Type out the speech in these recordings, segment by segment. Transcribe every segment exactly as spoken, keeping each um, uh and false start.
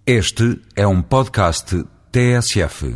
Este é um podcast T S F.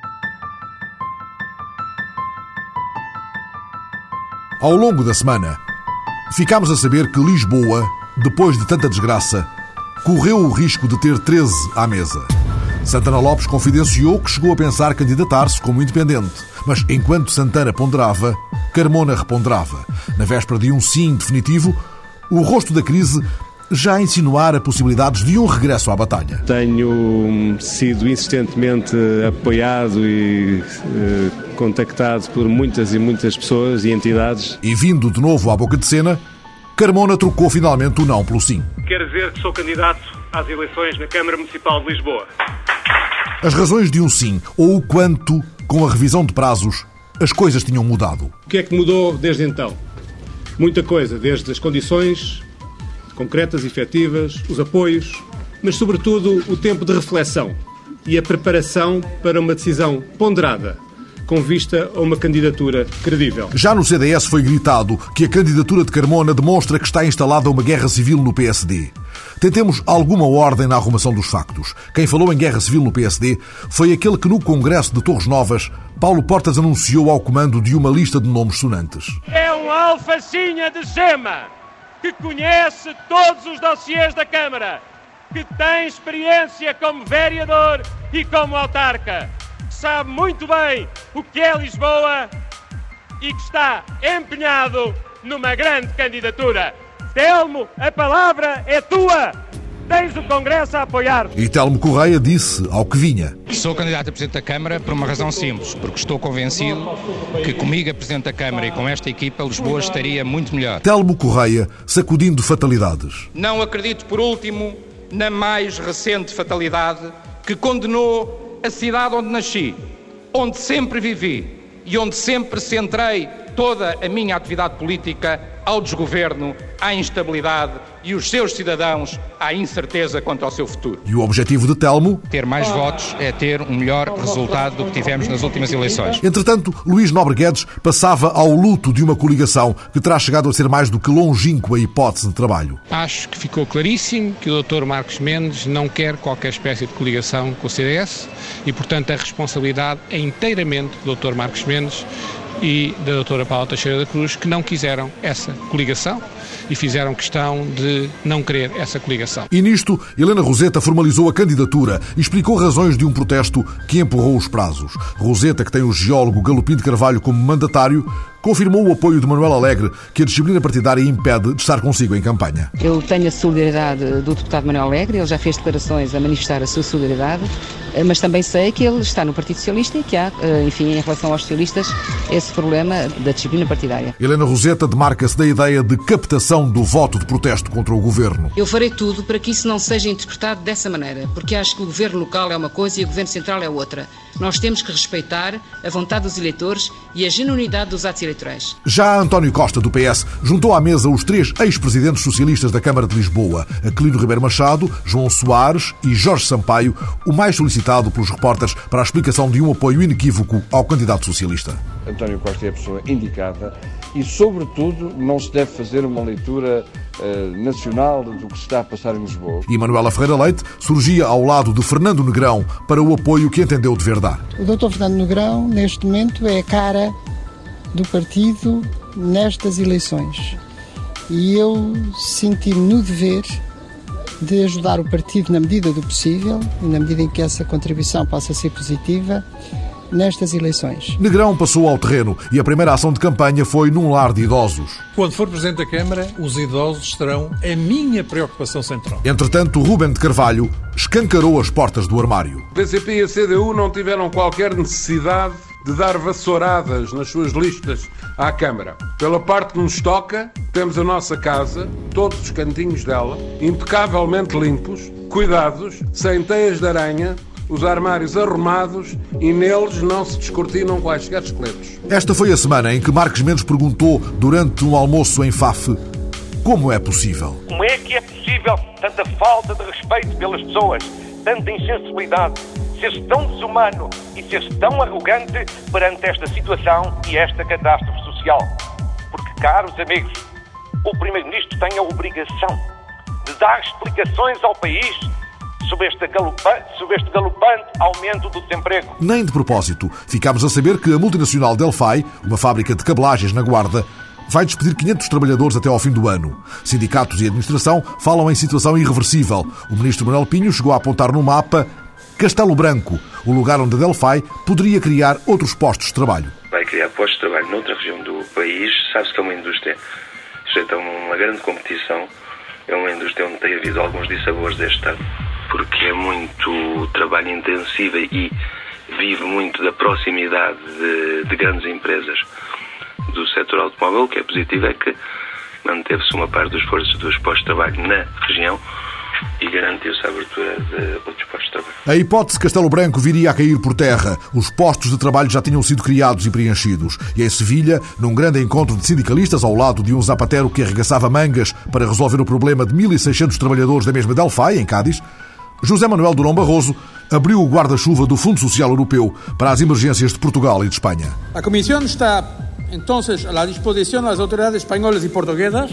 Ao longo da semana, ficámos a saber que Lisboa, depois de tanta desgraça, correu o risco de ter treze à mesa. Santana Lopes confidenciou que chegou a pensar candidatar-se como independente, mas enquanto Santana ponderava, Carmona reponderava. Na véspera de um sim definitivo, o rosto da crise já insinuara possibilidades de um regresso à batalha. Tenho sido insistentemente apoiado e eh, contactado por muitas e muitas pessoas e entidades. E vindo de novo à boca de cena, Carmona trocou finalmente o não pelo sim. Quero dizer que sou candidato às eleições na Câmara Municipal de Lisboa. As razões de um sim, ou o quanto, com a revisão de prazos, as coisas tinham mudado. O que é que mudou desde então? Muita coisa, desde as condições concretas, efetivas, os apoios, mas sobretudo o tempo de reflexão e a preparação para uma decisão ponderada, com vista a uma candidatura credível. Já no C D S foi gritado que a candidatura de Carmona demonstra que está instalada uma guerra civil no P S D. Tentemos alguma ordem na arrumação dos factos. Quem falou em guerra civil no P S D foi aquele que no Congresso de Torres Novas, Paulo Portas anunciou ao comando de uma lista de nomes sonantes. É um alfacinha de gema que conhece todos os dossiês da Câmara, que tem experiência como vereador e como autarca, que sabe muito bem o que é Lisboa e que está empenhado numa grande candidatura. Telmo, a palavra é tua! Tens o Congresso a apoiar. E Telmo Correia disse ao que vinha. Sou candidato a Presidente da Câmara por uma razão simples, porque estou convencido que comigo a Presidente da Câmara e com esta equipa Lisboa estaria muito melhor. Telmo Correia sacudindo fatalidades. Não acredito, por último, na mais recente fatalidade que condenou a cidade onde nasci, onde sempre vivi e onde sempre centrei toda a minha atividade política ao desgoverno, à instabilidade e os seus cidadãos à incerteza quanto ao seu futuro. E o objetivo de Telmo? Ter mais votos é ter um melhor resultado do que tivemos nas últimas eleições. Entretanto, Luís Nobre Guedes passava ao luto de uma coligação que terá chegado a ser mais do que longínqua hipótese de trabalho. Acho que ficou claríssimo que o doutor Marcos Mendes não quer qualquer espécie de coligação com o C D S e, portanto, a responsabilidade é inteiramente do doutor Marcos Mendes e da doutora Paula Teixeira da Cruz, que não quiseram essa coligação e fizeram questão de não querer essa coligação. E nisto, Helena Roseta formalizou a candidatura e explicou razões de um protesto que empurrou os prazos. Roseta, que tem o geólogo Galopim de Carvalho como mandatário, confirmou o apoio de Manuel Alegre, que a disciplina partidária impede de estar consigo em campanha. Eu tenho a solidariedade do deputado Manuel Alegre, ele já fez declarações a manifestar a sua solidariedade, mas também sei que ele está no Partido Socialista e que há, enfim, em relação aos socialistas, esse problema da disciplina partidária. Helena Roseta demarca-se da ideia de captação do voto de protesto contra o governo. Eu farei tudo para que isso não seja interpretado dessa maneira, porque acho que o governo local é uma coisa e o governo central é outra. Nós temos que respeitar a vontade dos eleitores e a genuinidade dos atos eleitorais. Já António Costa, do P S, juntou à mesa os três ex-presidentes socialistas da Câmara de Lisboa, Aquilino Ribeiro Machado, João Soares e Jorge Sampaio, o mais solicitado pelos repórteres para a explicação de um apoio inequívoco ao candidato socialista. António Costa é a pessoa indicada e, sobretudo, não se deve fazer uma leitura uh, nacional do que se está a passar em Lisboa. E Manuela Ferreira Leite surgia ao lado de Fernando Negrão para o apoio que entendeu dever dar. O doutor Fernando Negrão, neste momento, é a cara do partido nestas eleições. E eu senti-me no dever de ajudar o partido na medida do possível e na medida em que essa contribuição possa ser positiva nestas eleições. Negrão passou ao terreno e a primeira ação de campanha foi num lar de idosos. Quando for Presidente da Câmara, os idosos serão a minha preocupação central. Entretanto, Rubem de Carvalho escancarou as portas do armário. O P C P e a C D U não tiveram qualquer necessidade de dar vassouradas nas suas listas à Câmara. Pela parte que nos toca, temos a nossa casa, todos os cantinhos dela, impecavelmente limpos, cuidados, sem teias de aranha, os armários arrumados e neles não se descortinam quaisquer esqueletos. Esta foi a semana em que Marcos Mendes perguntou, durante um almoço em Faf, como é possível. Como é que é possível tanta falta de respeito pelas pessoas, tanta insensibilidade, ser-se tão desumano e ser-se tão arrogante perante esta situação e esta catástrofe social? Porque, caros amigos, o Primeiro-Ministro tem a obrigação de dar explicações ao país sob este galopante, sob este galopante aumento do desemprego. Nem de propósito. Ficámos a saber que a multinacional Delphi, uma fábrica de cabelagens na Guarda, vai despedir quinhentos trabalhadores até ao fim do ano. Sindicatos e administração falam em situação irreversível. O ministro Manuel Pinho chegou a apontar no mapa Castelo Branco, o lugar onde a Delphi poderia criar outros postos de trabalho. Vai criar postos de trabalho noutra região do país. Sabe-se que é uma indústria sujeita a uma grande competição. É uma indústria onde tem havido alguns dissabores deste ano, porque é muito trabalho intensivo e vive muito da proximidade de, de grandes empresas do setor automóvel. O que é positivo é que manteve-se uma parte dos esforços dos postos de trabalho na região e garantiu-se a abertura de outros postos de trabalho. A hipótese Castelo Branco viria a cair por terra. Os postos de trabalho já tinham sido criados e preenchidos. E em Sevilha, num grande encontro de sindicalistas ao lado de um Zapatero que arregaçava mangas para resolver o problema de mil e seiscentos trabalhadores da mesma Delphi, em Cádiz, José Manuel Durão Barroso abriu o guarda-chuva do Fundo Social Europeu para as emergências de Portugal e de Espanha. A Comisión está, entonces, a la disposición de las autoridades españolas y portuguesas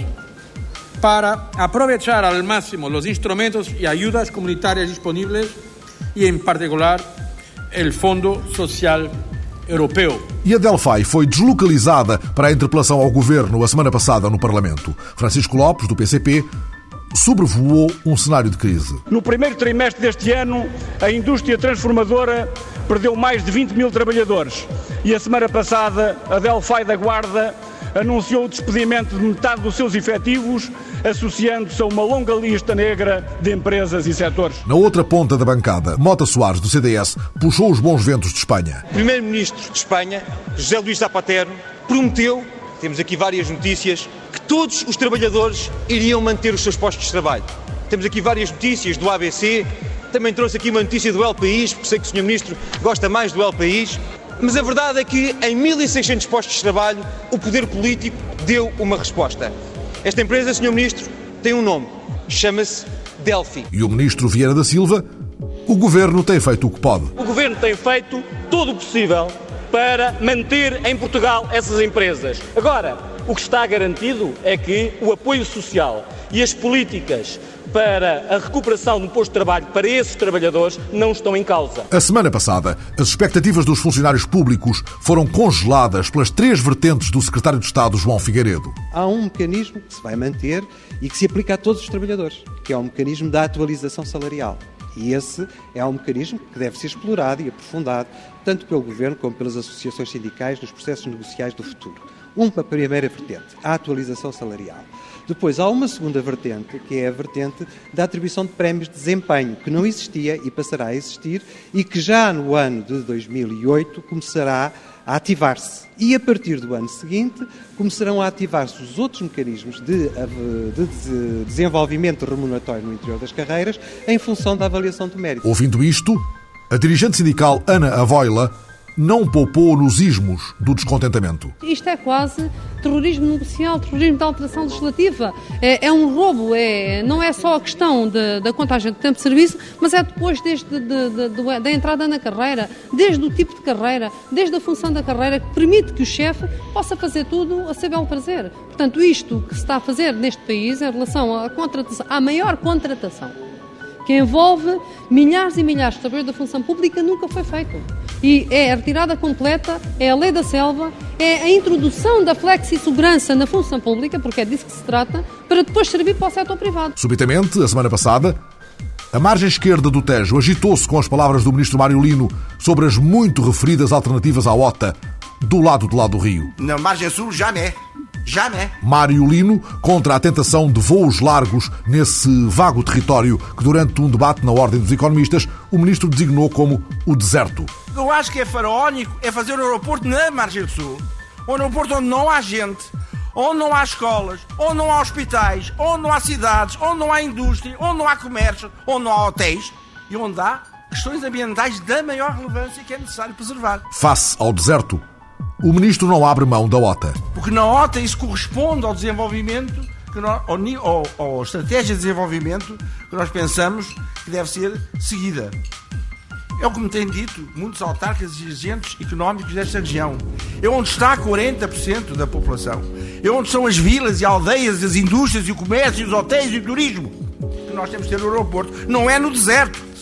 para aprovechar al máximo los instrumentos y ayudas comunitarias disponibles y, en particular, el Fondo Social Europeu. E a Delphi foi deslocalizada para a interpelação ao governo a semana passada no Parlamento. Francisco Lopes, do P C P, sobrevoou um cenário de crise. No primeiro trimestre deste ano, a indústria transformadora perdeu mais de vinte mil trabalhadores. E a semana passada, a Delphi da Guarda anunciou o despedimento de metade dos seus efetivos, associando-se a uma longa lista negra de empresas e setores. Na outra ponta da bancada, Mota Soares, do C D S, puxou os bons ventos de Espanha. O primeiro-ministro de Espanha, José Luís Zapatero, prometeu, temos aqui várias notícias, que todos os trabalhadores iriam manter os seus postos de trabalho. Temos aqui várias notícias do A B C, também trouxe aqui uma notícia do El País, porque sei que o senhor Ministro gosta mais do El País. Mas a verdade é que em mil e seiscentos postos de trabalho o poder político deu uma resposta. Esta empresa, senhor Ministro, tem um nome. Chama-se Delphi. E o Ministro Vieira da Silva? O Governo tem feito o que pode. O Governo tem feito tudo o possível para manter em Portugal essas empresas. Agora, o que está garantido é que o apoio social e as políticas para a recuperação do posto de trabalho para esses trabalhadores não estão em causa. A semana passada, as expectativas dos funcionários públicos foram congeladas pelas três vertentes do secretário de Estado, João Figueiredo. Há um mecanismo que se vai manter e que se aplica a todos os trabalhadores, que é o mecanismo da atualização salarial. E esse é um mecanismo que deve ser explorado e aprofundado, tanto pelo Governo como pelas associações sindicais nos processos negociais do futuro. Uma primeira vertente, a atualização salarial. Depois há uma segunda vertente, que é a vertente da atribuição de prémios de desempenho, que não existia e passará a existir e que já no ano de dois mil e oito começará a ativar-se. E a partir do ano seguinte começarão a ativar-se os outros mecanismos de, de, de desenvolvimento remuneratório no interior das carreiras em função da avaliação de mérito. Ouvindo isto, a dirigente sindical Ana Avoila não poupou nos ismos do descontentamento. Isto é quase terrorismo negocial, terrorismo de alteração legislativa. É, é um roubo, é, não é só a questão de, da contagem de tempo de serviço, mas é depois desde de, de, de, da entrada na carreira, desde o tipo de carreira, desde a função da carreira, que permite que o chefe possa fazer tudo a seu belo prazer. Portanto, isto que se está a fazer neste país em relação à, contratação, à maior contratação, que envolve milhares e milhares de trabalhadores da função pública, nunca foi feito. E é a retirada completa, é a lei da selva, é a introdução da flexi-segurança na função pública, porque é disso que se trata, para depois servir para o setor privado. Subitamente, a semana passada, a margem esquerda do Tejo agitou-se com as palavras do ministro Mário Lino sobre as muito referidas alternativas à OTA, do lado de lá do Rio. Na margem sul, jamais. Jamais. Mário Lino contra a tentação de voos largos nesse vago território que, durante um debate na Ordem dos Economistas, o ministro designou como o deserto. Eu acho que é faraónico é fazer o aeroporto na margem sul. Um aeroporto onde não há gente, onde não há escolas, onde não há hospitais, onde não há cidades, onde não há indústria, onde não há comércio, onde não há hotéis e onde há questões ambientais da maior relevância que é necessário preservar. Face ao deserto, o ministro não abre mão da OTA. Porque na OTA isso corresponde ao desenvolvimento, que nós, ao, ao, ao estratégia de desenvolvimento que nós pensamos que deve ser seguida. É o que me têm dito muitos autarcas e dirigentes económicos desta região. É onde está quarenta por cento da população. É onde são as vilas e aldeias, as indústrias e o comércio, os hotéis e o turismo. Que nós temos que ter no aeroporto. Não é no deserto.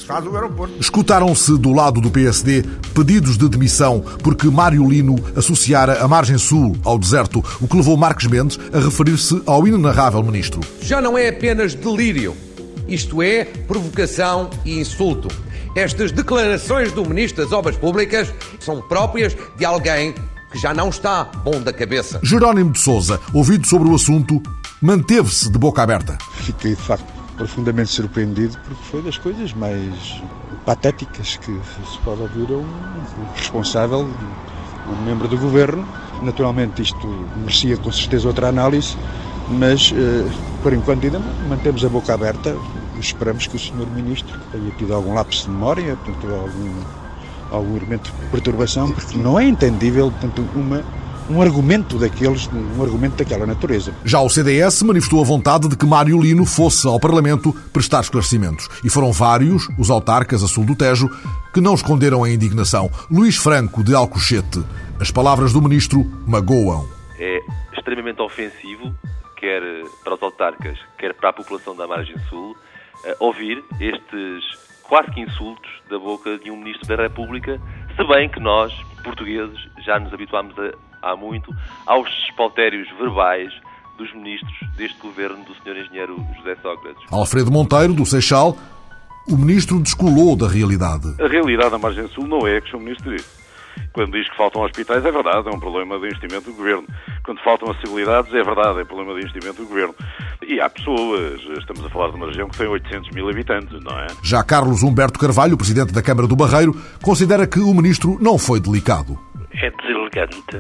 se faz o aeroporto. Escutaram-se do lado do P S D pedidos de demissão porque Mário Lino associara a margem sul ao deserto, o que levou Marques Mendes a referir-se ao inenarrável ministro. Já não é apenas delírio, isto é provocação e insulto. Estas declarações do Ministro das Obras Públicas são próprias de alguém que já não está bom da cabeça. Jerónimo de Sousa, ouvido sobre o assunto, manteve-se de boca aberta. Fiquei, de facto, profundamente surpreendido porque foi das coisas mais patéticas que se pode ouvir a um responsável, um membro do governo. Naturalmente isto merecia com certeza outra análise, mas por enquanto ainda mantemos a boca aberta. Esperamos que o senhor Ministro tenha tido algum lapso de memória, portanto, algum, algum elemento de perturbação, porque não é entendível, portanto, uma um argumento daqueles, um argumento daquela natureza. Já o C D S manifestou a vontade de que Mário Lino fosse ao Parlamento prestar esclarecimentos. E foram vários os autarcas a sul do Tejo que não esconderam a indignação. Luís Franco, de Alcochete. As palavras do ministro magoam. É extremamente ofensivo, quer para os autarcas, quer para a população da margem sul, ouvir estes quase que insultos da boca de um ministro da República, se bem que nós, portugueses, já nos habituámos a, há muito aos despotérios verbais dos ministros deste governo do senhor engenheiro José Sócrates. Alfredo Monteiro, do Seixal, o ministro descolou da realidade. A realidade da margem sul não é a que o ministro disse. Quando diz que faltam hospitais, é verdade, é um problema de investimento do governo. Quando faltam acessibilidades, é verdade, é problema de investimento do governo. E há pessoas, estamos a falar de uma região que tem oitocentos mil habitantes, não é? Já Carlos Humberto Carvalho, presidente da Câmara do Barreiro, considera que o ministro não foi delicado. É deselegante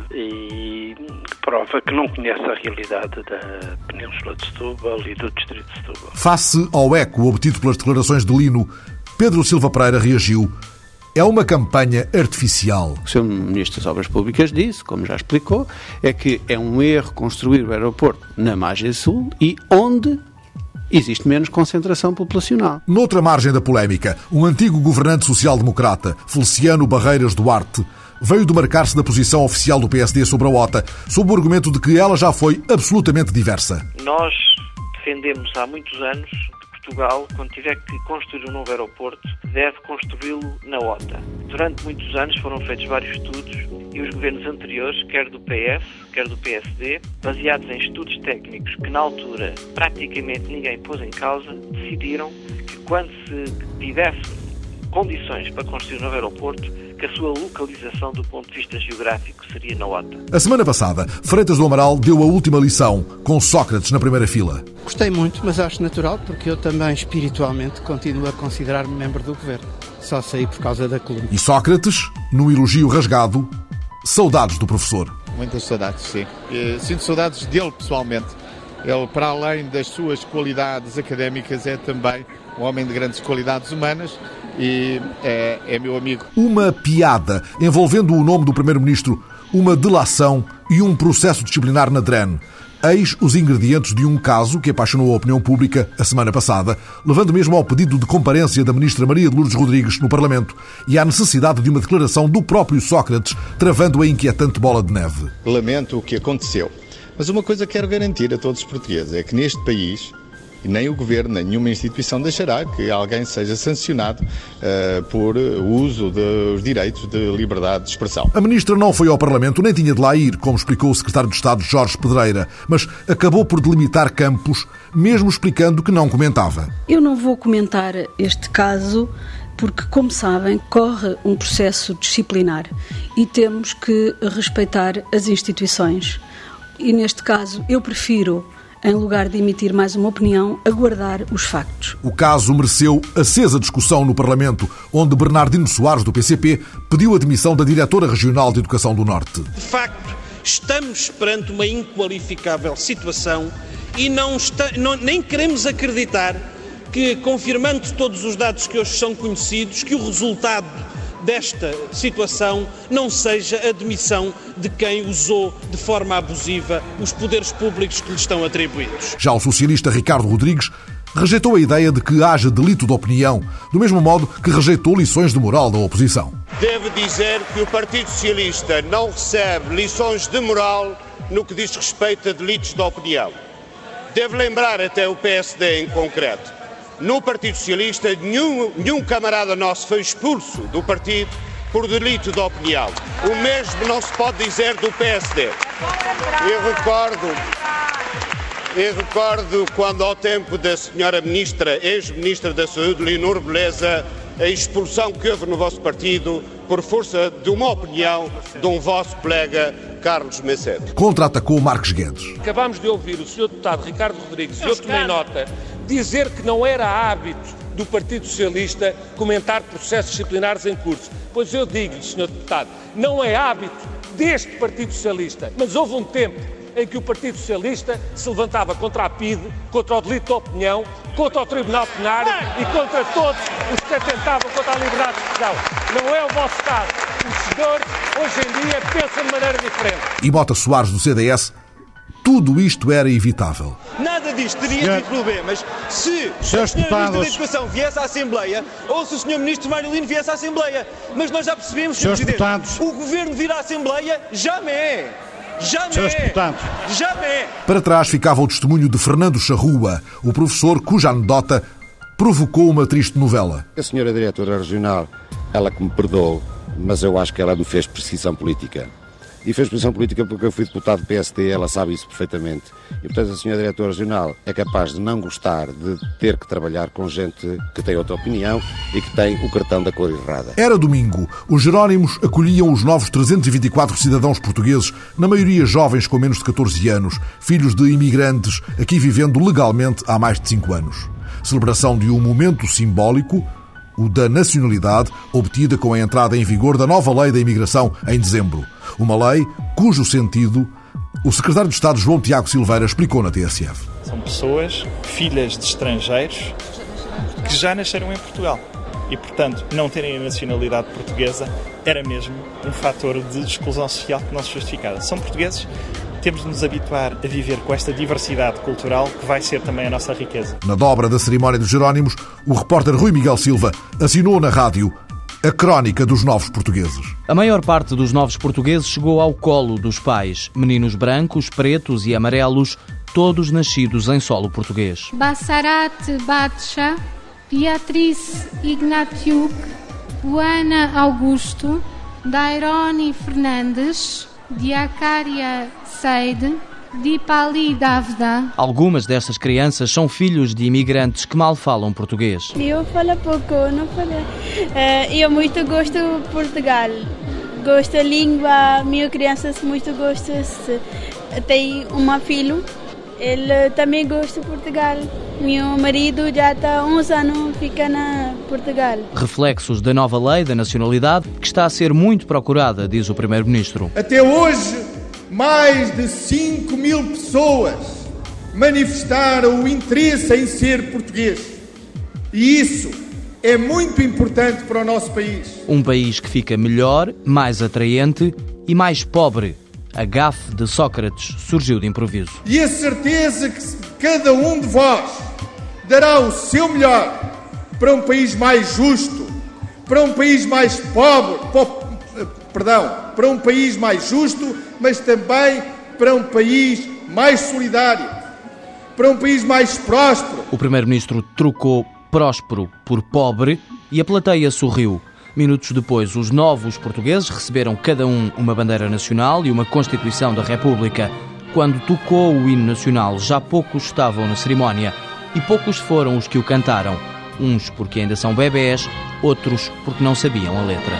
e prova que não conhece a realidade da Península de Setúbal e do Distrito de Setúbal. Face ao eco obtido pelas declarações de Lino, Pedro Silva Pereira reagiu. É uma campanha artificial. O senhor Ministro das Obras Públicas disse, como já explicou, é que é um erro construir o aeroporto na margem sul e onde existe menos concentração populacional. Noutra margem da polémica, um antigo governante social-democrata, Feliciano Barreiras Duarte, veio demarcar-se da posição oficial do P S D sobre a OTA, sob o argumento de que ela já foi absolutamente diversa. Nós defendemos há muitos anos Portugal, quando tiver que construir um novo aeroporto, deve construí-lo na OTA. Durante muitos anos foram feitos vários estudos e os governos anteriores, quer do P S, quer do P S D, baseados em estudos técnicos que na altura praticamente ninguém pôs em causa, decidiram que quando se tivesse condições para construir um novo aeroporto, que a sua localização do ponto de vista geográfico seria na OTA. A semana passada, Freitas do Amaral deu a última lição, com Sócrates na primeira fila. Gostei muito, mas acho natural, porque eu também espiritualmente continuo a considerar-me membro do governo. Só saí por causa da coluna. E Sócrates, num elogio rasgado, saudades do professor. Muitas saudades, sim. E sinto saudades dele pessoalmente. Ele, para além das suas qualidades académicas, é também um homem de grandes qualidades humanas e é, é meu amigo. Uma piada envolvendo o nome do primeiro-ministro, uma delação e um processo disciplinar na D R E N. Eis os ingredientes de um caso que apaixonou a opinião pública a semana passada, levando mesmo ao pedido de comparência da ministra Maria de Lourdes Rodrigues no Parlamento e à necessidade de uma declaração do próprio Sócrates, travando a inquietante bola de neve. Lamento o que aconteceu, mas uma coisa quero garantir a todos os portugueses, é que neste país nem o Governo, nem nenhuma instituição deixará que alguém seja sancionado uh, por uso dos direitos de liberdade de expressão. A ministra não foi ao Parlamento, nem tinha de lá ir, como explicou o secretário de Estado Jorge Pedreira, mas acabou por delimitar campos, mesmo explicando que não comentava. Eu não vou comentar este caso porque, como sabem, corre um processo disciplinar e temos que respeitar as instituições. E neste caso eu prefiro, em lugar de emitir mais uma opinião, aguardar os factos. O caso mereceu acesa discussão no Parlamento, onde Bernardino Soares, do P C P, pediu a demissão da diretora regional de Educação do Norte. De facto, estamos perante uma inqualificável situação e não está, não, nem queremos acreditar que, confirmando todos os dados que hoje são conhecidos, que o resultado desta situação não seja a demissão de quem usou de forma abusiva os poderes públicos que lhe estão atribuídos. Já o socialista Ricardo Rodrigues rejeitou a ideia de que haja delito de opinião, do mesmo modo que rejeitou lições de moral da oposição. Devo dizer que o Partido Socialista não recebe lições de moral no que diz respeito a delitos de opinião. Devo lembrar até o P S D em concreto. no Partido Socialista, nenhum, nenhum camarada nosso foi expulso do partido por delito de opinião. O mesmo não se pode dizer do P S D. Eu recordo, eu recordo quando ao tempo da senhora ministra, ex-ministra da Saúde, Leonor Beleza, a expulsão que houve no vosso partido por força de uma opinião de um vosso colega Carlos Macedo. Contra-atacou Marcos Guedes. Acabámos de ouvir o senhor deputado Ricardo Rodrigues, e eu tomei nota, dizer que não era hábito do Partido Socialista comentar processos disciplinares em curso. Pois eu digo-lhe, senhor deputado, não é hábito deste Partido Socialista, mas houve um tempo em que o Partido Socialista se levantava contra a P I D, contra o delito de opinião, contra o Tribunal Plenário e contra todos os que atentavam contra a liberdade de expressão. Não é o vosso caso. Os senhores, hoje em dia, pensam de maneira diferente. E Mota Soares, do C D S, tudo isto era evitável. Nada disto teria Senhor... tido problemas se o senhor senhor deputados... Ministro da Educação viesse à Assembleia ou se o senhor Ministro Mário Lino viesse à Assembleia. Mas nós já percebemos, senhor Presidente, deputados... o Governo vir à Assembleia jamais. Jamais. Jamais. Para trás ficava o testemunho de Fernando Charrua, o professor cuja anedota provocou uma triste novela. A senhora diretora regional, ela que me perdoou, mas eu acho que ela me fez precisão política. E fez precisão política porque eu fui deputado do P S D, ela sabe isso perfeitamente. E, portanto, a senhora diretora regional é capaz de não gostar de ter que trabalhar com gente que tem outra opinião e que tem o cartão da cor errada. Era domingo. Os Jerónimos acolhiam os novos trezentos e vinte e quatro cidadãos portugueses, na maioria jovens com menos de catorze anos, filhos de imigrantes, aqui vivendo legalmente há mais de cinco anos. Celebração de um momento simbólico, o da nacionalidade, obtida com a entrada em vigor da nova lei da imigração em dezembro. Uma lei cujo sentido o secretário de Estado João Tiago Silveira explicou na T S F. São pessoas, filhas de estrangeiros, que já nasceram em Portugal. E, portanto, não terem a nacionalidade portuguesa era mesmo um fator de exclusão social que não se justificava. São portugueses. Temos de nos habituar a viver com esta diversidade cultural que vai ser também a nossa riqueza. Na dobra da cerimónia dos Jerónimos, o repórter Rui Miguel Silva assinou na rádio a crónica dos novos portugueses. A maior parte dos novos portugueses chegou ao colo dos pais. Meninos brancos, pretos e amarelos, todos nascidos em solo português. Bassarat Batcha, Beatriz Ignatiuk, Joana Augusto, Daironi Fernandes, Diacária Seide, Dipali Davda. Algumas destas crianças são filhos de imigrantes que mal falam português. Eu falo pouco, não falo. Eu muito gosto de Portugal. Gosto da língua, minha criança muito gosta. Tem um filho, ele também gosta de Portugal. Meu marido já está há uns anos fica na Portugal. Reflexos da nova lei da nacionalidade que está a ser muito procurada, diz o primeiro-ministro. Até hoje, mais de cinco mil pessoas manifestaram o interesse em ser português. E isso é muito importante para o nosso país. Um país que fica melhor, mais atraente e mais pobre. A gafe de Sócrates surgiu de improviso. E a certeza que cada um de vós dará o seu melhor para um país mais justo, para um país mais pobre, po, perdão, para um país mais justo, mas também para um país mais solidário, para um país mais próspero. O primeiro-ministro trocou próspero por pobre e a plateia sorriu. Minutos depois, os novos portugueses receberam cada um uma bandeira nacional e uma Constituição da República. Quando tocou o hino nacional, já poucos estavam na cerimónia e poucos foram os que o cantaram. Uns porque ainda são bebés, outros porque não sabiam a letra.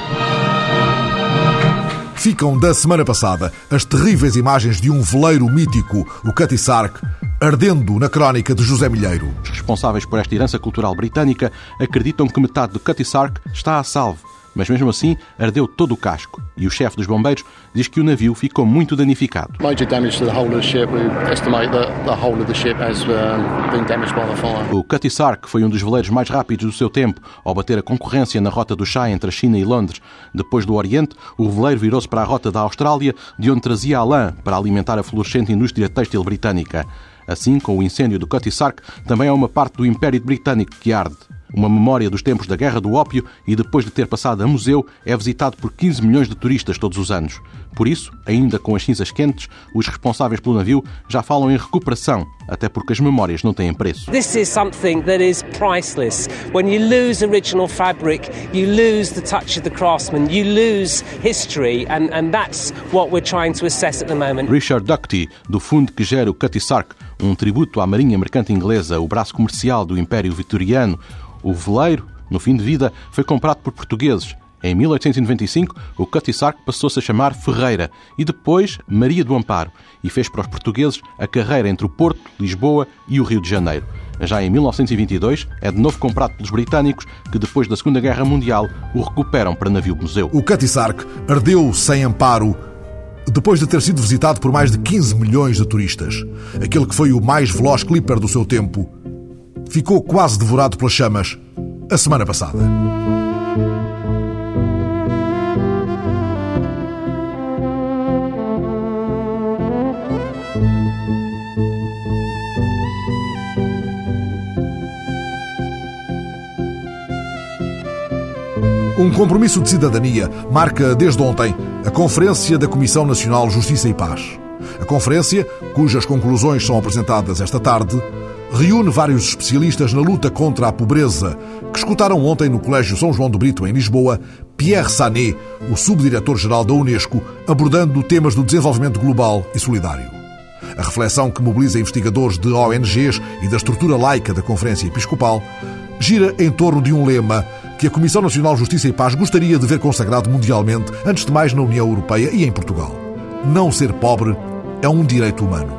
Ficam da semana passada as terríveis imagens de um veleiro mítico, o Cutty Sark, ardendo na crónica de José Milheiro. Os responsáveis por esta herança cultural britânica acreditam que metade do Cutty Sark está a salvo, mas mesmo assim ardeu todo o casco e o chefe dos bombeiros diz que o navio ficou muito danificado. Major damage to the whole of the ship. We estimate that the whole of the ship has been damaged by the fire. O Cutty Sark foi um dos veleiros mais rápidos do seu tempo ao bater a concorrência na rota do chá entre a China e Londres. Depois do Oriente, o veleiro virou-se para a rota da Austrália, de onde trazia a lã para alimentar a florescente indústria têxtil britânica. Assim, com o incêndio do Cutty Sark, também há uma parte do Império Britânico que arde. uma memória dos tempos da Guerra do Ópio e, depois de ter passado a museu, é visitado por quinze milhões de turistas todos os anos. Por isso, ainda com as cinzas quentes, os responsáveis pelo navio já falam em recuperação, até porque as memórias não têm preço. This is something that is priceless. When you lose original fabric, you lose the touch of the craftsman, you lose history, and, and that's what we're trying to assess at the moment. Richard Ducty, do fundo que gera o Cutty Sark, um tributo à Marinha Mercante Inglesa, o braço comercial do Império Vitoriano. O veleiro, no fim de vida, foi comprado por portugueses. Em mil oitocentos e noventa e cinco, o Cutty Sark passou-se a chamar Ferreira e depois Maria do Amparo e fez para os portugueses a carreira entre o Porto, Lisboa e o Rio de Janeiro. Já em mil novecentos e vinte e dois, é de novo comprado pelos britânicos que, depois da Segunda Guerra Mundial, o recuperam para navio-museu. O Cutty Sark ardeu sem amparo depois de ter sido visitado por mais de quinze milhões de turistas. Aquele que foi o mais veloz clipper do seu tempo ficou quase devorado pelas chamas a semana passada. Um compromisso de cidadania marca desde ontem a Conferência da Comissão Nacional Justiça e Paz. A conferência, cujas conclusões são apresentadas esta tarde, reúne vários especialistas na luta contra a pobreza, que escutaram ontem no Colégio São João do Brito, em Lisboa, Pierre Sané, o subdiretor-geral da Unesco, abordando temas do desenvolvimento global e solidário. A reflexão que mobiliza investigadores de O N Gs e da estrutura laica da Conferência Episcopal gira em torno de um lema que a Comissão Nacional Justiça e Paz gostaria de ver consagrado mundialmente, antes de mais na União Europeia e em Portugal. Não ser pobre é um direito humano.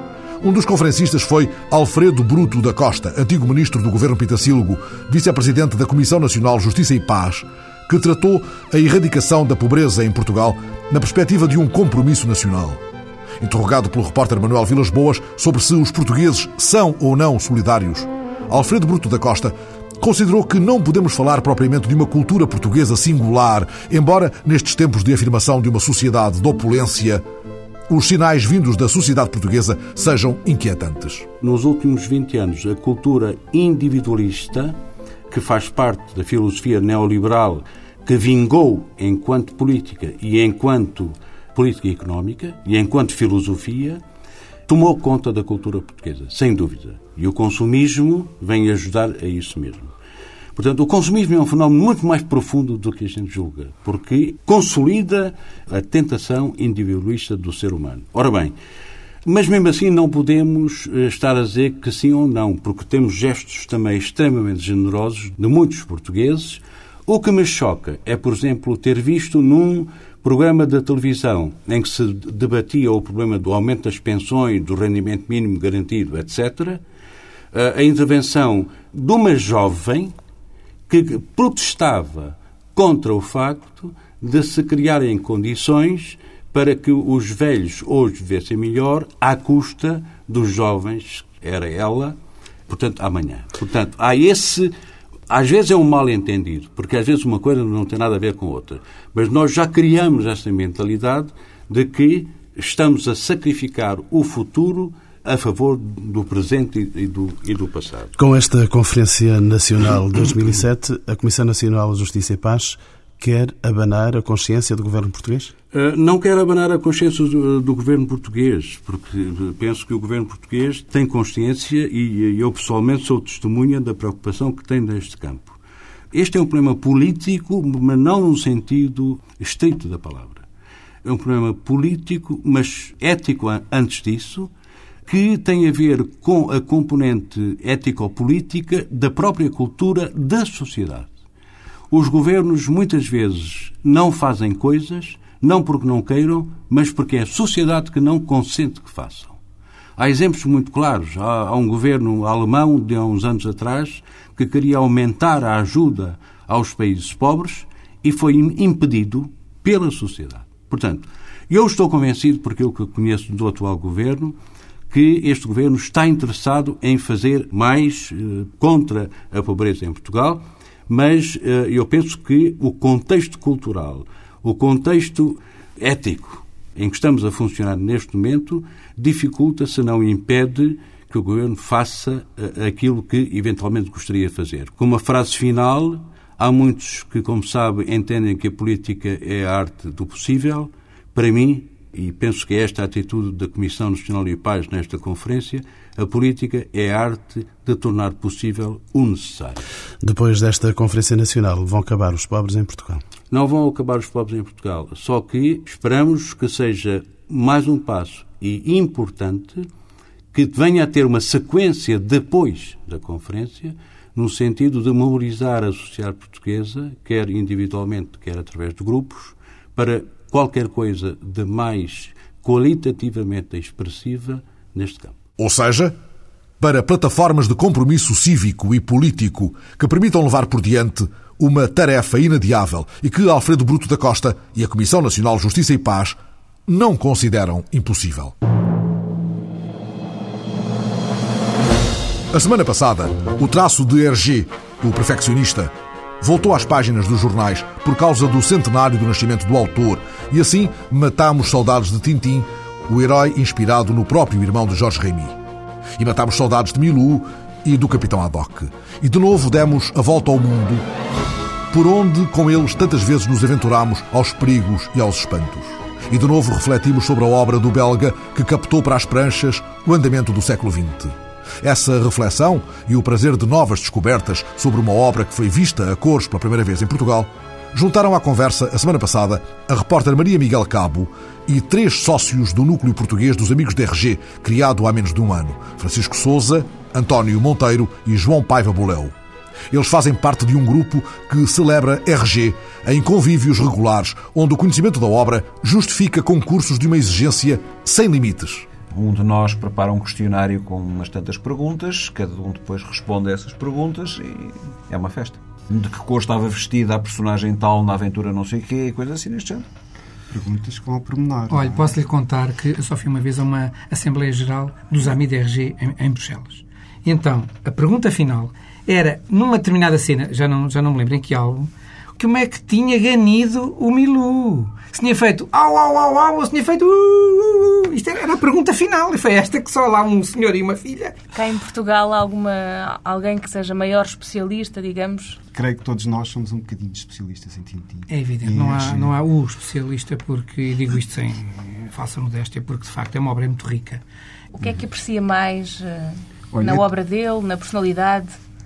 Um dos conferencistas foi Alfredo Bruto da Costa, antigo ministro do governo Pitacílgo, vice-presidente da Comissão Nacional Justiça e Paz, que tratou a erradicação da pobreza em Portugal na perspectiva de um compromisso nacional. Interrogado pelo repórter Manuel Vilas Boas sobre se os portugueses são ou não solidários, Alfredo Bruto da Costa considerou que não podemos falar propriamente de uma cultura portuguesa singular, embora nestes tempos de afirmação de uma sociedade de opulência, os sinais vindos da sociedade portuguesa sejam inquietantes. Nos últimos vinte anos, a cultura individualista, que faz parte da filosofia neoliberal, que vingou enquanto política e enquanto política económica e enquanto filosofia, tomou conta da cultura portuguesa, sem dúvida. E o consumismo vem ajudar a isso mesmo. Portanto, o consumismo é um fenómeno muito mais profundo do que a gente julga, porque consolida a tentação individualista do ser humano. Ora bem, mas mesmo assim não podemos estar a dizer que sim ou não, porque temos gestos também extremamente generosos de muitos portugueses. O que me choca é, por exemplo, ter visto num programa da televisão em que se debatia o problema do aumento das pensões, do rendimento mínimo garantido, etcétera, a intervenção de uma jovem que protestava contra o facto de se criarem condições para que os velhos hoje vivessem melhor à custa dos jovens, era ela, portanto, amanhã. Portanto, há esse... Às vezes é um mal-entendido, porque às vezes uma coisa não tem nada a ver com outra. Mas nós já criamos essa mentalidade de que estamos a sacrificar o futuro a favor do presente e do, e do passado. Com esta Conferência Nacional de dois mil e sete, a Comissão Nacional de Justiça e Paz quer abanar a consciência do governo português? Uh, não quer abanar a consciência do, do governo português, porque penso que o governo português tem consciência e, e eu pessoalmente sou testemunha da preocupação que tem neste campo. Este é um problema político, mas não no sentido estrito da palavra. É um problema político, mas ético antes disso, que tem a ver com a componente ético-política da própria cultura da sociedade. Os governos muitas vezes não fazem coisas, não porque não queiram, mas porque é a sociedade que não consente que façam. Há exemplos muito claros. Há, há um governo alemão de há uns anos atrás que queria aumentar a ajuda aos países pobres e foi impedido pela sociedade. Portanto, eu estou convencido, porque eu que conheço do atual governo, que este governo está interessado em fazer mais eh, contra a pobreza em Portugal, mas eh, eu penso que o contexto cultural, o contexto ético em que estamos a funcionar neste momento, dificulta, se não impede, que o Governo faça aquilo que eventualmente gostaria de fazer. Com uma frase final, há muitos que, como sabe, entendem que a política é a arte do possível. Para mim, e penso que é esta a atitude da Comissão Nacional de Paz nesta conferência, a política é a arte de tornar possível o necessário. Depois desta Conferência Nacional, vão acabar os pobres em Portugal? Não vão acabar os pobres em Portugal, só que esperamos que seja mais um passo e importante que venha a ter uma sequência depois da conferência, no sentido de mobilizar a sociedade portuguesa, quer individualmente, quer através de grupos, para qualquer coisa de mais qualitativamente expressiva neste campo. Ou seja, para plataformas de compromisso cívico e político que permitam levar por diante uma tarefa inadiável e que Alfredo Bruto da Costa e a Comissão Nacional de Justiça e Paz não consideram impossível. A semana passada, o traço de Hergé, o perfeccionista, voltou às páginas dos jornais por causa do centenário do nascimento do autor e assim matámos saudades de Tintin, o herói inspirado no próprio irmão de Jorge Remy. E matámos saudades de Milou e do Capitão Haddock. E de novo demos a volta ao mundo, por onde com eles tantas vezes nos aventurámos aos perigos e aos espantos. E de novo refletimos sobre a obra do belga que captou para as pranchas o andamento do século vinte. Essa reflexão e o prazer de novas descobertas sobre uma obra que foi vista a cores pela primeira vez em Portugal juntaram à conversa, a semana passada, a repórter Maria Miguel Cabo e três sócios do núcleo português dos Amigos de Hergé, criado há menos de um ano: Francisco Sousa, António Monteiro e João Paiva Boleu. Eles fazem parte de um grupo que celebra Hergé em convívios regulares, onde o conhecimento da obra justifica concursos de uma exigência sem limites. Um de nós prepara um questionário com umas tantas perguntas, cada um depois responde a essas perguntas e é uma festa. De que cor estava vestida a personagem tal na aventura não sei o quê, coisas assim deste género. Perguntas que vão ao pormenor. Olha, posso-lhe contar que eu só fui uma vez a uma Assembleia Geral dos Amis de Hergé em, em Bruxelas. Então, a pergunta final era, numa determinada cena, já não, já não me lembro em que álbum, como é que tinha ganido o Milou? Se tinha feito au, au, au, au, ou se tinha feito uh, uh, uh. Isto era a pergunta final. E foi esta que só lá um senhor e uma filha. Cá em Portugal há alguma, alguém que seja maior especialista, digamos? Creio que todos nós somos um bocadinho especialistas em Tintin. É evidente, não há, não há o especialista, porque, e digo isto sem falsa modéstia, porque de facto é uma obra muito rica. O que é que aprecia mais uh, Olha, na obra dele, na personalidade?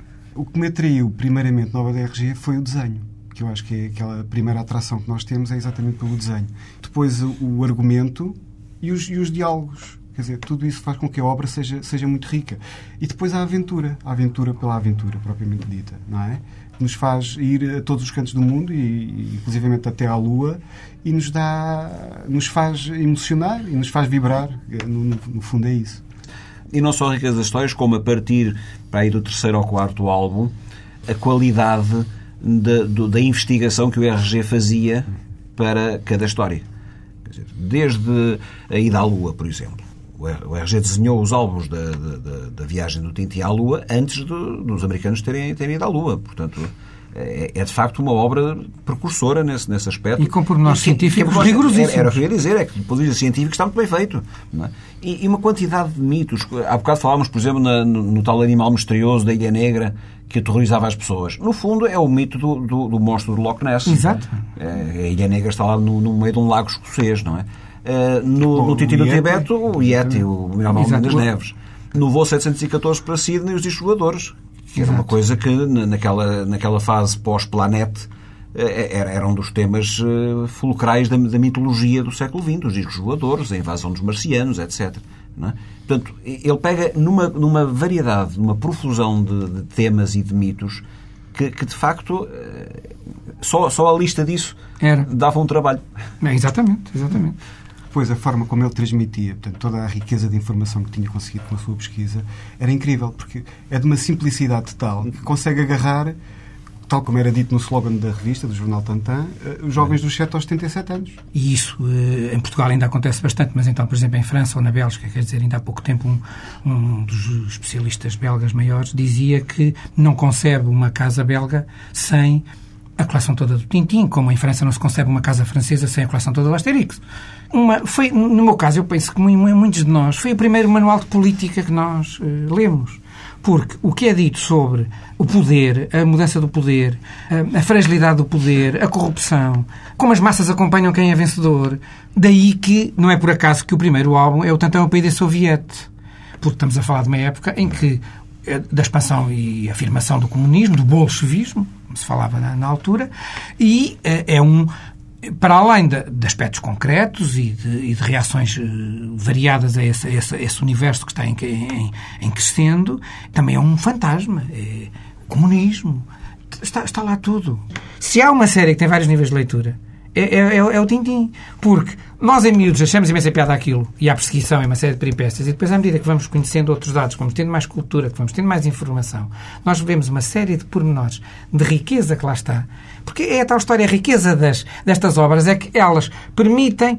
O que me atraiu primeiramente na obra de Hergé foi o desenho, que eu acho que é aquela primeira atração que nós temos, é exatamente pelo desenho. Depois o, o argumento e os, e os diálogos. Quer dizer, tudo isso faz com que a obra seja, seja muito rica. E depois a aventura, a aventura pela aventura, propriamente dita, não é? Nos faz ir a todos os cantos do mundo, e, e inclusivamente até à Lua, e nos dá, nos faz emocionar e nos faz vibrar. No, no, no fundo é isso. E não só a riqueza das histórias, como a partir para aí do terceiro ou quarto álbum, a qualidade Da, do, da investigação que o Hergé fazia para cada história. Quer dizer, desde a ida à Lua, por exemplo. O Hergé desenhou os álbuns da, da, da viagem do Tintin à Lua antes de, dos americanos terem, terem ido à Lua. Portanto, é, é de facto uma obra precursora nesse, nesse aspecto. E com pormenores científicos rigorosíssimos. Era, era o que eu ia dizer, é que do ponto de vista científico está muito bem feito. Não é? e, e uma quantidade de mitos. Há bocado falávamos, por exemplo, na, no, no tal animal misterioso da Ilha Negra, que aterrorizava as pessoas. No fundo, é o mito do, do, do monstro do Loch Ness. Exato. É, a Ilha Negra está lá no, no meio de um lago escocês, não é? Uh, no, no Tintin do Tibete, o Yeti, o Miramar das Neves. No voo setecentos e catorze para Sydney, os discos voadores. Que era uma coisa que, naquela, naquela fase pós-Planete, era um dos temas fulcrais da, da mitologia do século vinte, os discos voadores, a invasão dos marcianos, etcétera. Não é? Portanto, ele pega numa, numa variedade, numa profusão de, de temas e de mitos que, que de facto, só, só a lista disso era. Dava um trabalho. É, exatamente, exatamente. Depois, a forma como ele transmitia, portanto, toda a riqueza de informação que tinha conseguido com a sua pesquisa, era incrível, porque é de uma simplicidade tal que consegue agarrar, tal como era dito no slogan da revista, do jornal Tantan, os jovens dos sete aos setenta e sete anos. E isso em Portugal ainda acontece bastante, mas então, por exemplo, em França ou na Bélgica, quer dizer, ainda há pouco tempo um, um dos especialistas belgas maiores dizia que não concebe uma casa belga sem a coleção toda do Tintin, como em França não se concebe uma casa francesa sem a coleção toda do Asterix. Uma, foi, no meu caso, eu penso que muitos de nós, foi o primeiro manual de política que nós uh, lemos. Porque o que é dito sobre o poder, a mudança do poder, a, a fragilidade do poder, a corrupção, como as massas acompanham quem é vencedor, daí que não é por acaso que o primeiro álbum é o Tantão Pays des Soviets. Porque estamos a falar de uma época em que, da expansão e afirmação do comunismo, do bolchevismo, como se falava na, na altura, e é um, para além de, de aspectos concretos e de, e de reações variadas a esse, a esse, a esse universo que está em, em, em crescendo, também é um fantasma. É o comunismo. Está, está lá tudo. Se há uma série que tem vários níveis de leitura, é, é, é o Tintin. Porque nós, em miúdos, achamos imensa piada aquilo, e há perseguição e uma série de peripécias, e depois, à medida que vamos conhecendo outros dados, que vamos tendo mais cultura, que vamos tendo mais informação, nós vemos uma série de pormenores de riqueza que lá está. Porque é a tal história, a riqueza das, destas obras é que elas permitem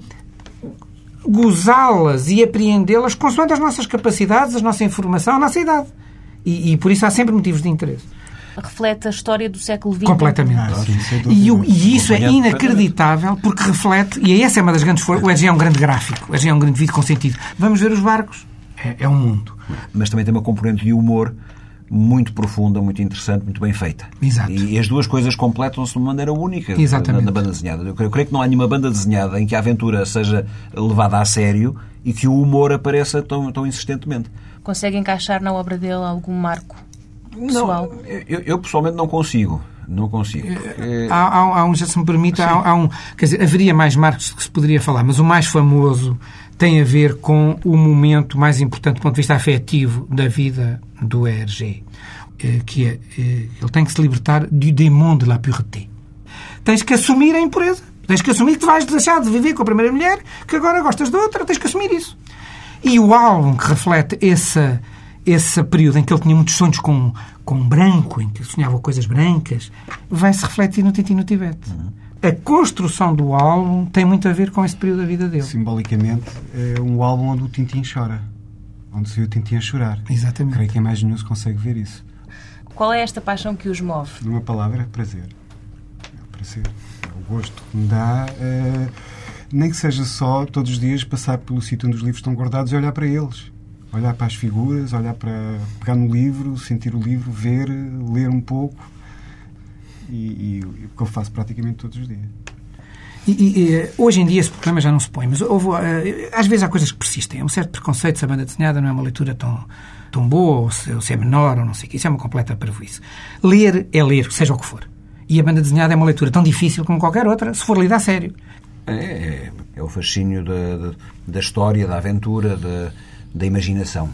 gozá-las e apreendê-las consoante as nossas capacidades, a nossa informação, a nossa idade. E, e por isso há sempre motivos de interesse. Reflete a história do século vinte. Completamente. Ah, sim, e, o, e isso é inacreditável, porque reflete, e essa é uma das grandes forças, o E G é um grande gráfico, o E G é um grande vídeo com sentido. Vamos ver os barcos. É, é um mundo. Mas também tem uma componente de humor muito profunda, muito interessante, muito bem feita. Exato. E as duas coisas completam-se de uma maneira única. Exatamente. Na, na banda desenhada. Eu creio, eu creio que não há nenhuma banda desenhada em que a aventura seja levada a sério e que o humor apareça tão, tão insistentemente. Consegue encaixar na obra dele algum marco pessoal? Não, eu, eu pessoalmente não consigo. Não consigo. Porque... Há, há, há um, já se me permite, há, há um... Quer dizer, haveria mais marcos que se poderia falar, mas o mais famoso tem a ver com o momento mais importante do ponto de vista afetivo da vida do E R G, que é, ele tem que se libertar du démon de la pureté. Tens que assumir a impureza. Tens que assumir que tu vais deixar de viver com a primeira mulher, que agora gostas de outra, tens que assumir isso. E o álbum que reflete esse, esse período em que ele tinha muitos sonhos com, com branco, em que sonhava coisas brancas, vai-se refletir no Tintin no Tibete. Uhum. A construção do álbum tem muito a ver com esse período da vida dele. Simbolicamente, é um álbum onde o Tintin chora. Onde se vê o Tintin a chorar. Exatamente. Creio que em mais nenhum se consegue ver isso. Qual é esta paixão que os move? Numa palavra, prazer. É o prazer. É o gosto que me dá... É... Nem que seja só, todos os dias, passar pelo sítio onde os livros estão guardados e olhar para eles. Olhar para as figuras, olhar para... pegar no livro, sentir o livro, ver, ler um pouco. E, e o que eu faço praticamente todos os dias. E, e, hoje em dia esse problema já não se põe, mas houve, às vezes há coisas que persistem. Há um certo preconceito se a banda desenhada não é uma leitura tão, tão boa, ou se, ou se é menor, ou não sei o que. Isso é uma completa parvoíce. Ler é ler, seja o que for. E a banda desenhada é uma leitura tão difícil como qualquer outra, se for lida a sério. É, é, é o fascínio da, da, da história, da aventura, da, da imaginação.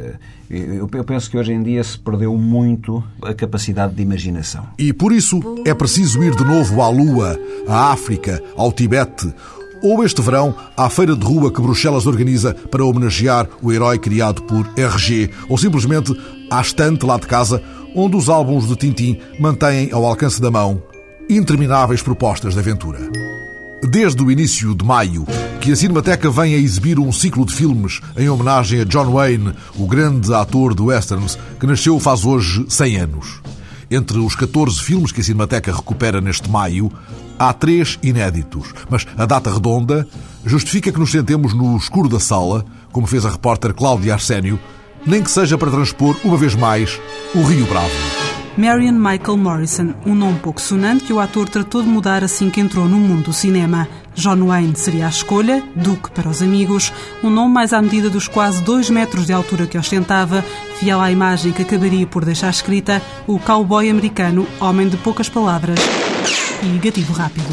Eu, eu penso que hoje em dia se perdeu muito a capacidade de imaginação. E por isso é preciso ir de novo à Lua, à África, ao Tibete, ou este verão à feira de rua que Bruxelas organiza para homenagear o herói criado por R G, ou simplesmente à estante lá de casa, onde os álbuns de Tintin mantêm ao alcance da mão intermináveis propostas de aventura. Desde o início de maio, que a Cinemateca vem a exibir um ciclo de filmes em homenagem a John Wayne, o grande ator de westerns, que nasceu faz hoje cem anos. Entre os catorze filmes que a Cinemateca recupera neste maio, há três inéditos, mas a data redonda justifica que nos sentemos no escuro da sala, como fez a repórter Cláudia Arsénio, nem que seja para transpor, uma vez mais, o Rio Bravo. Marion Michael Morrison, um nome pouco sonante que o ator tratou de mudar assim que entrou no mundo do cinema. John Wayne seria a escolha, Duke para os amigos, um nome mais à medida dos quase dois metros de altura que ostentava, fiel à imagem que acabaria por deixar escrita o cowboy americano, homem de poucas palavras e gativo rápido.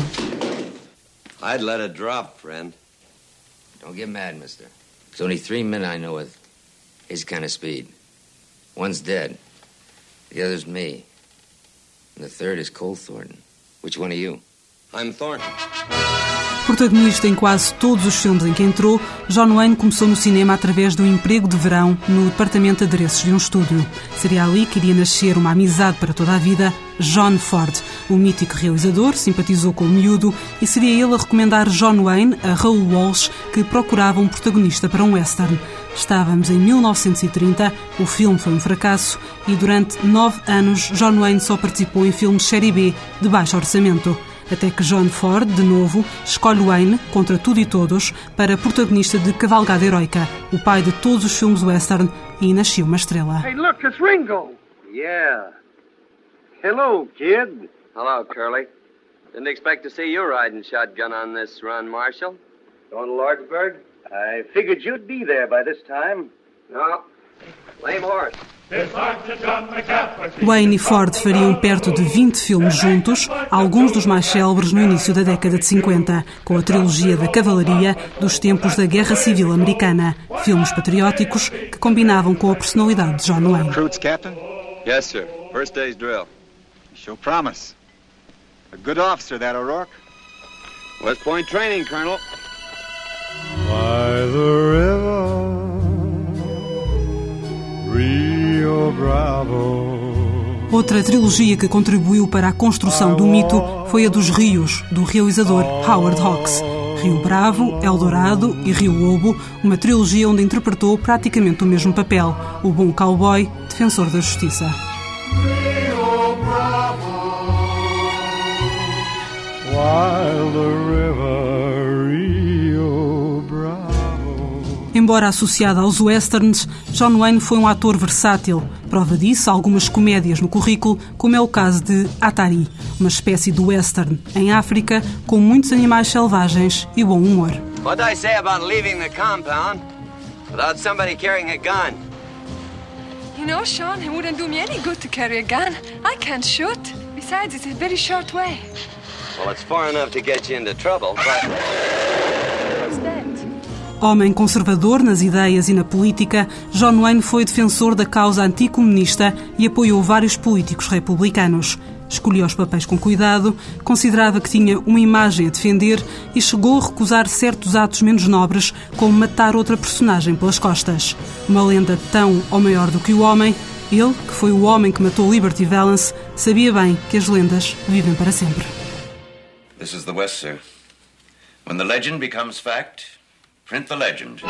I'd let it drop, friend. Don't get mad, mister. There's only three men I know with his kind of speed. One's dead. The other's me. And the third is Cole Thornton. Which one are you? I'm Thornton. Protagonista em quase todos os filmes em que entrou, John Wayne começou no cinema através do emprego de verão no departamento de adereços de um estúdio. Seria ali que iria nascer uma amizade para toda a vida. John Ford, o mítico realizador, simpatizou com o miúdo e seria ele a recomendar John Wayne a Raoul Walsh, que procurava um protagonista para um western. Estávamos em mil novecentos e trinta, o filme foi um fracasso e durante nove anos John Wayne só participou em filmes série B de baixo orçamento. Até que John Ford, de novo, escolhe Wayne, contra tudo e todos, para protagonista de Cavalgada Heroica, o pai de todos os filmes western, e nasceu uma estrela. Hey, look, it's Ringo! Yeah. Hello, kid. Hello, Curly. Didn't expect to see you riding shotgun on this run, Marshal. Going to Lordsburg? I figured you'd be there by this time. No. Lame horse. Wayne e Ford fariam perto de vinte filmes juntos, alguns dos mais célebres no início da década de cinquenta, com a trilogia da Cavalaria dos tempos da Guerra Civil Americana. Filmes patrióticos que combinavam com a personalidade de John Wayne. Recruits, Captain? Yes, sir. First day's drill. You show promise. A good officer, that O'Rourke. West Point training, Colonel. By the river, Rio Bravo. Outra trilogia que contribuiu para a construção do mito foi a dos rios, do realizador Howard Hawks. Rio Bravo, Eldorado e Rio Lobo, uma trilogia onde interpretou praticamente o mesmo papel, o bom cowboy, defensor da justiça. Rio Bravo, while the river Rio Bravo. Embora associado aos westerns, John Wayne foi um ator versátil. Prova disso, algumas comédias no currículo, como é o caso de Atari, uma espécie de western em África, com muitos animais selvagens e bom humor. What did I say about leaving the compound without somebody carrying a gun? You know, Sean, it wouldn't do me any good to carry a gun. I can't shoot. Besides, it's a very short way. Well, it's far enough to get you into trouble, but... What's that? Homem conservador nas ideias e na política, John Wayne foi defensor da causa anticomunista e apoiou vários políticos republicanos. Escolheu os papéis com cuidado, considerava que tinha uma imagem a defender e chegou a recusar certos atos menos nobres, como matar outra personagem pelas costas. Uma lenda tão ou maior do que o homem, ele, que foi o homem que matou Liberty Valance, sabia bem que as lendas vivem para sempre. This is the West, sir. When the legend becomes fact, print the legend.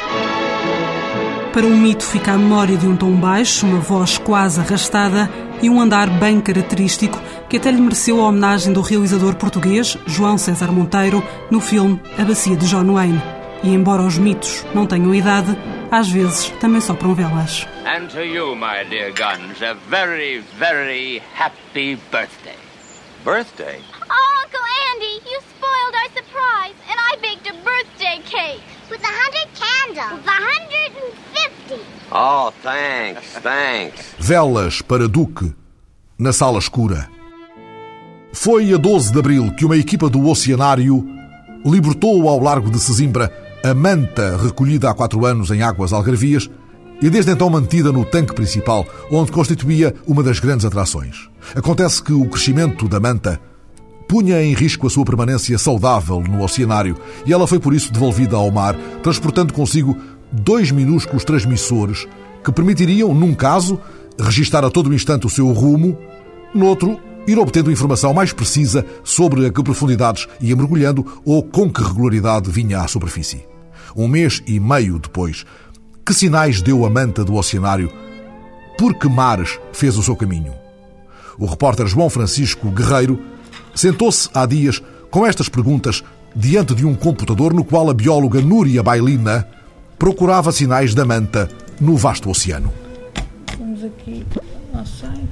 Para um mito fica a memória de um tom baixo, uma voz quase arrastada e um andar bem característico que até lhe mereceu a homenagem do realizador português João César Monteiro no filme A Bacia de John Wayne. E embora os mitos não tenham idade, às vezes também sopram velas. And to you, my dear Guns, a very, very happy birthday. Birthday? Oh, Uncle Andy, you spoiled our surprise, and I baked a birthday cake. With a hundred candles. With a hundred and fifty. Oh, thanks, thanks. Velas para Duque, na sala escura. Foi a doze de abril que uma equipa do Oceanário libertou ao largo de Sesimbra a manta recolhida há quatro anos em águas algarvias e desde então mantida no tanque principal, onde constituía uma das grandes atrações. Acontece que o crescimento da manta punha em risco a sua permanência saudável no oceanário e ela foi por isso devolvida ao mar, transportando consigo dois minúsculos transmissores que permitiriam, num caso, registar a todo instante o seu rumo, no outro, ir obtendo informação mais precisa sobre a que profundidades ia mergulhando ou com que regularidade vinha à superfície. Um mês e meio depois, que sinais deu a manta do oceanário? Por que mares fez o seu caminho? O repórter João Francisco Guerreiro sentou-se há dias com estas perguntas diante de um computador no qual a bióloga Núria Bailina procurava sinais da manta no vasto oceano. Vamos aqui ao site.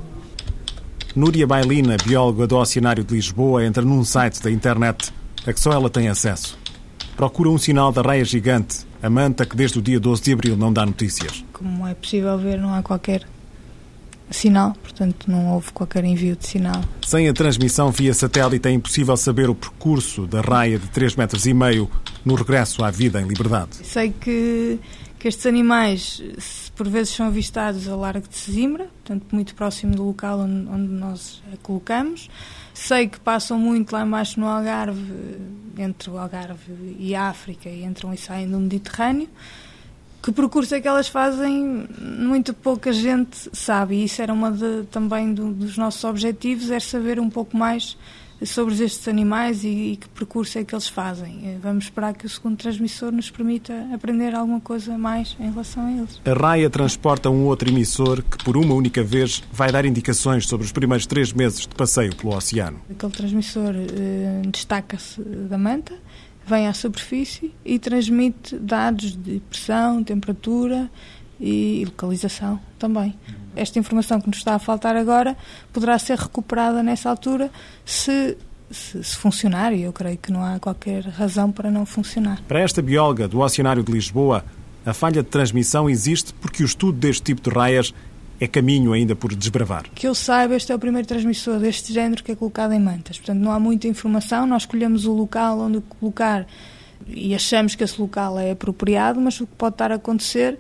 Núria Bailina, bióloga do Oceanário de Lisboa, entra num site da internet a que só ela tem acesso. Procura um sinal da raia gigante, a manta que desde o dia doze de abril não dá notícias. Como é possível ver, não há qualquer sinal, portanto não houve qualquer envio de sinal. Sem a transmissão via satélite é impossível saber o percurso da raia de três metros e meio no regresso à vida em liberdade. Sei que, que estes animais por vezes são avistados ao largo de Sesimbra, portanto muito próximo do local onde, onde nós a colocamos. Sei que passam muito lá embaixo no Algarve, entre o Algarve e a África, e entram e saem do Mediterrâneo. Que percurso é que elas fazem, muito pouca gente sabe, e isso era uma de, também do, dos nossos objetivos, é saber um pouco mais sobre estes animais e, e que percurso é que eles fazem. Vamos esperar que o segundo transmissor nos permita aprender alguma coisa mais em relação a eles. A Raia transporta um outro emissor que, por uma única vez, vai dar indicações sobre os primeiros três meses de passeio pelo oceano. Aquele transmissor eh, destaca-se da manta, vem à superfície e transmite dados de pressão, temperatura e localização também. Esta informação que nos está a faltar agora poderá ser recuperada nessa altura se, se, se funcionar, e eu creio que não há qualquer razão para não funcionar. Para esta bióloga do Oceanário de Lisboa, a falha de transmissão existe porque o estudo deste tipo de raias é caminho ainda por desbravar. Que eu saiba, este é o primeiro transmissor deste género que é colocado em mantas. Portanto, não há muita informação. Nós escolhemos o local onde o colocar e achamos que esse local é apropriado, mas o que pode estar a acontecer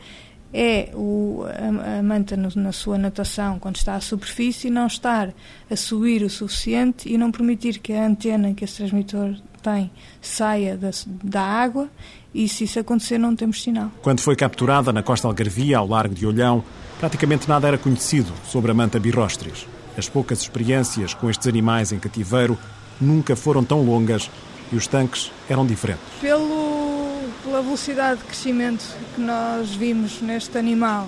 é o, a, a manta no, na sua natação, quando está à superfície, não estar a subir o suficiente e não permitir que a antena que esse transmissor tem saia da, da água, e se isso acontecer não temos sinal. Quando foi capturada na costa algarvia, ao largo de Olhão, praticamente nada era conhecido sobre a manta birrostris. As poucas experiências com estes animais em cativeiro nunca foram tão longas e os tanques eram diferentes. Pelo, pela velocidade de crescimento que nós vimos neste animal,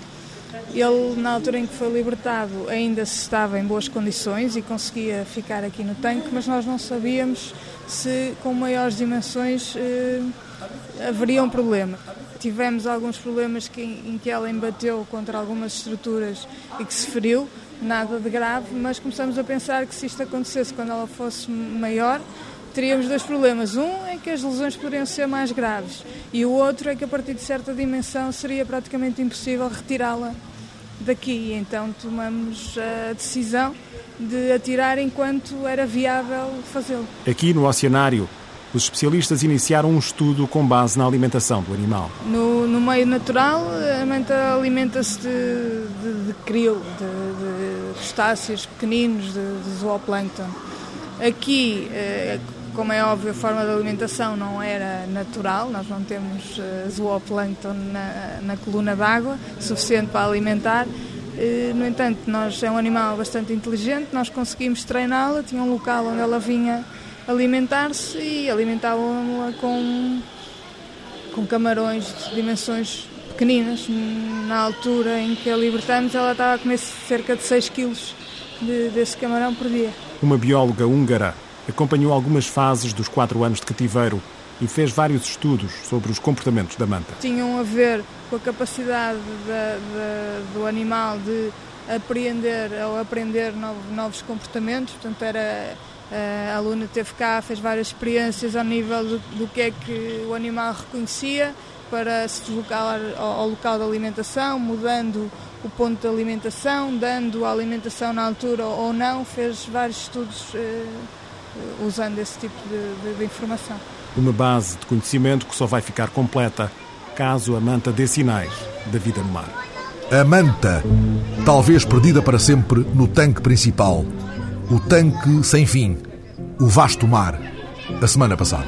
ele, na altura em que foi libertado, ainda se estava em boas condições e conseguia ficar aqui no tanque, mas nós não sabíamos se com maiores dimensões eh, haveria um problema. Tivemos alguns problemas que, em que ela embateu contra algumas estruturas e que se feriu, nada de grave, mas começamos a pensar que se isto acontecesse quando ela fosse maior, teríamos dois problemas. Um é que as lesões poderiam ser mais graves e o outro é que a partir de certa dimensão seria praticamente impossível retirá-la daqui. Então tomamos a decisão de atirar enquanto era viável fazê-lo. Aqui no Oceanário, os especialistas iniciaram um estudo com base na alimentação do animal. No, no meio natural, a manta alimenta-se de, de, de krill, de, de crustáceos pequeninos, de, de zooplâncton. Aqui, como é óbvio, a forma de alimentação não era natural, nós não temos zooplâncton na, na coluna d'água suficiente para alimentar. No entanto, nós, é um animal bastante inteligente, nós conseguimos treiná-la, tinha um local onde ela vinha alimentar-se e alimentávamos-la com, com camarões de dimensões pequeninas. Na altura em que a libertamos, ela estava a comer cerca de seis quilos de, desse camarão por dia. Uma bióloga húngara acompanhou algumas fases dos quatro anos de cativeiro e fez vários estudos sobre os comportamentos da manta. Tinham a ver com a capacidade da, da, do animal de apreender ou aprender novos, novos comportamentos, portanto era... A aluna teve cá, fez várias experiências ao nível do, do que é que o animal reconhecia para se deslocar ao, ao local de alimentação, mudando o ponto de alimentação, dando a alimentação na altura ou não, fez vários estudos eh, usando esse tipo de, de, de informação. Uma base de conhecimento que só vai ficar completa caso a manta dê sinais da vida no mar. A manta, talvez perdida para sempre no tanque principal. O tanque sem fim, o vasto mar, a semana passada.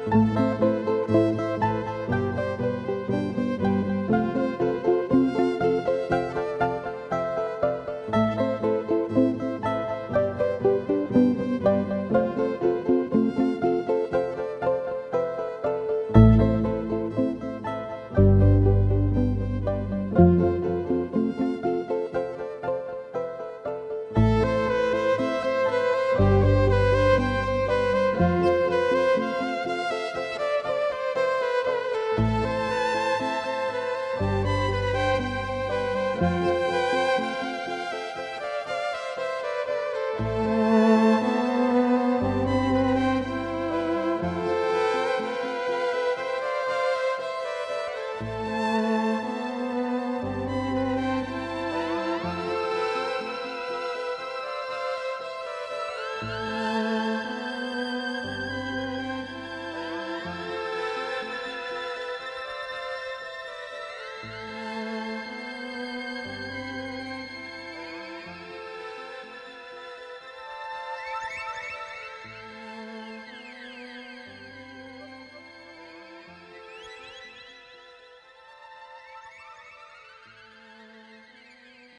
Bye.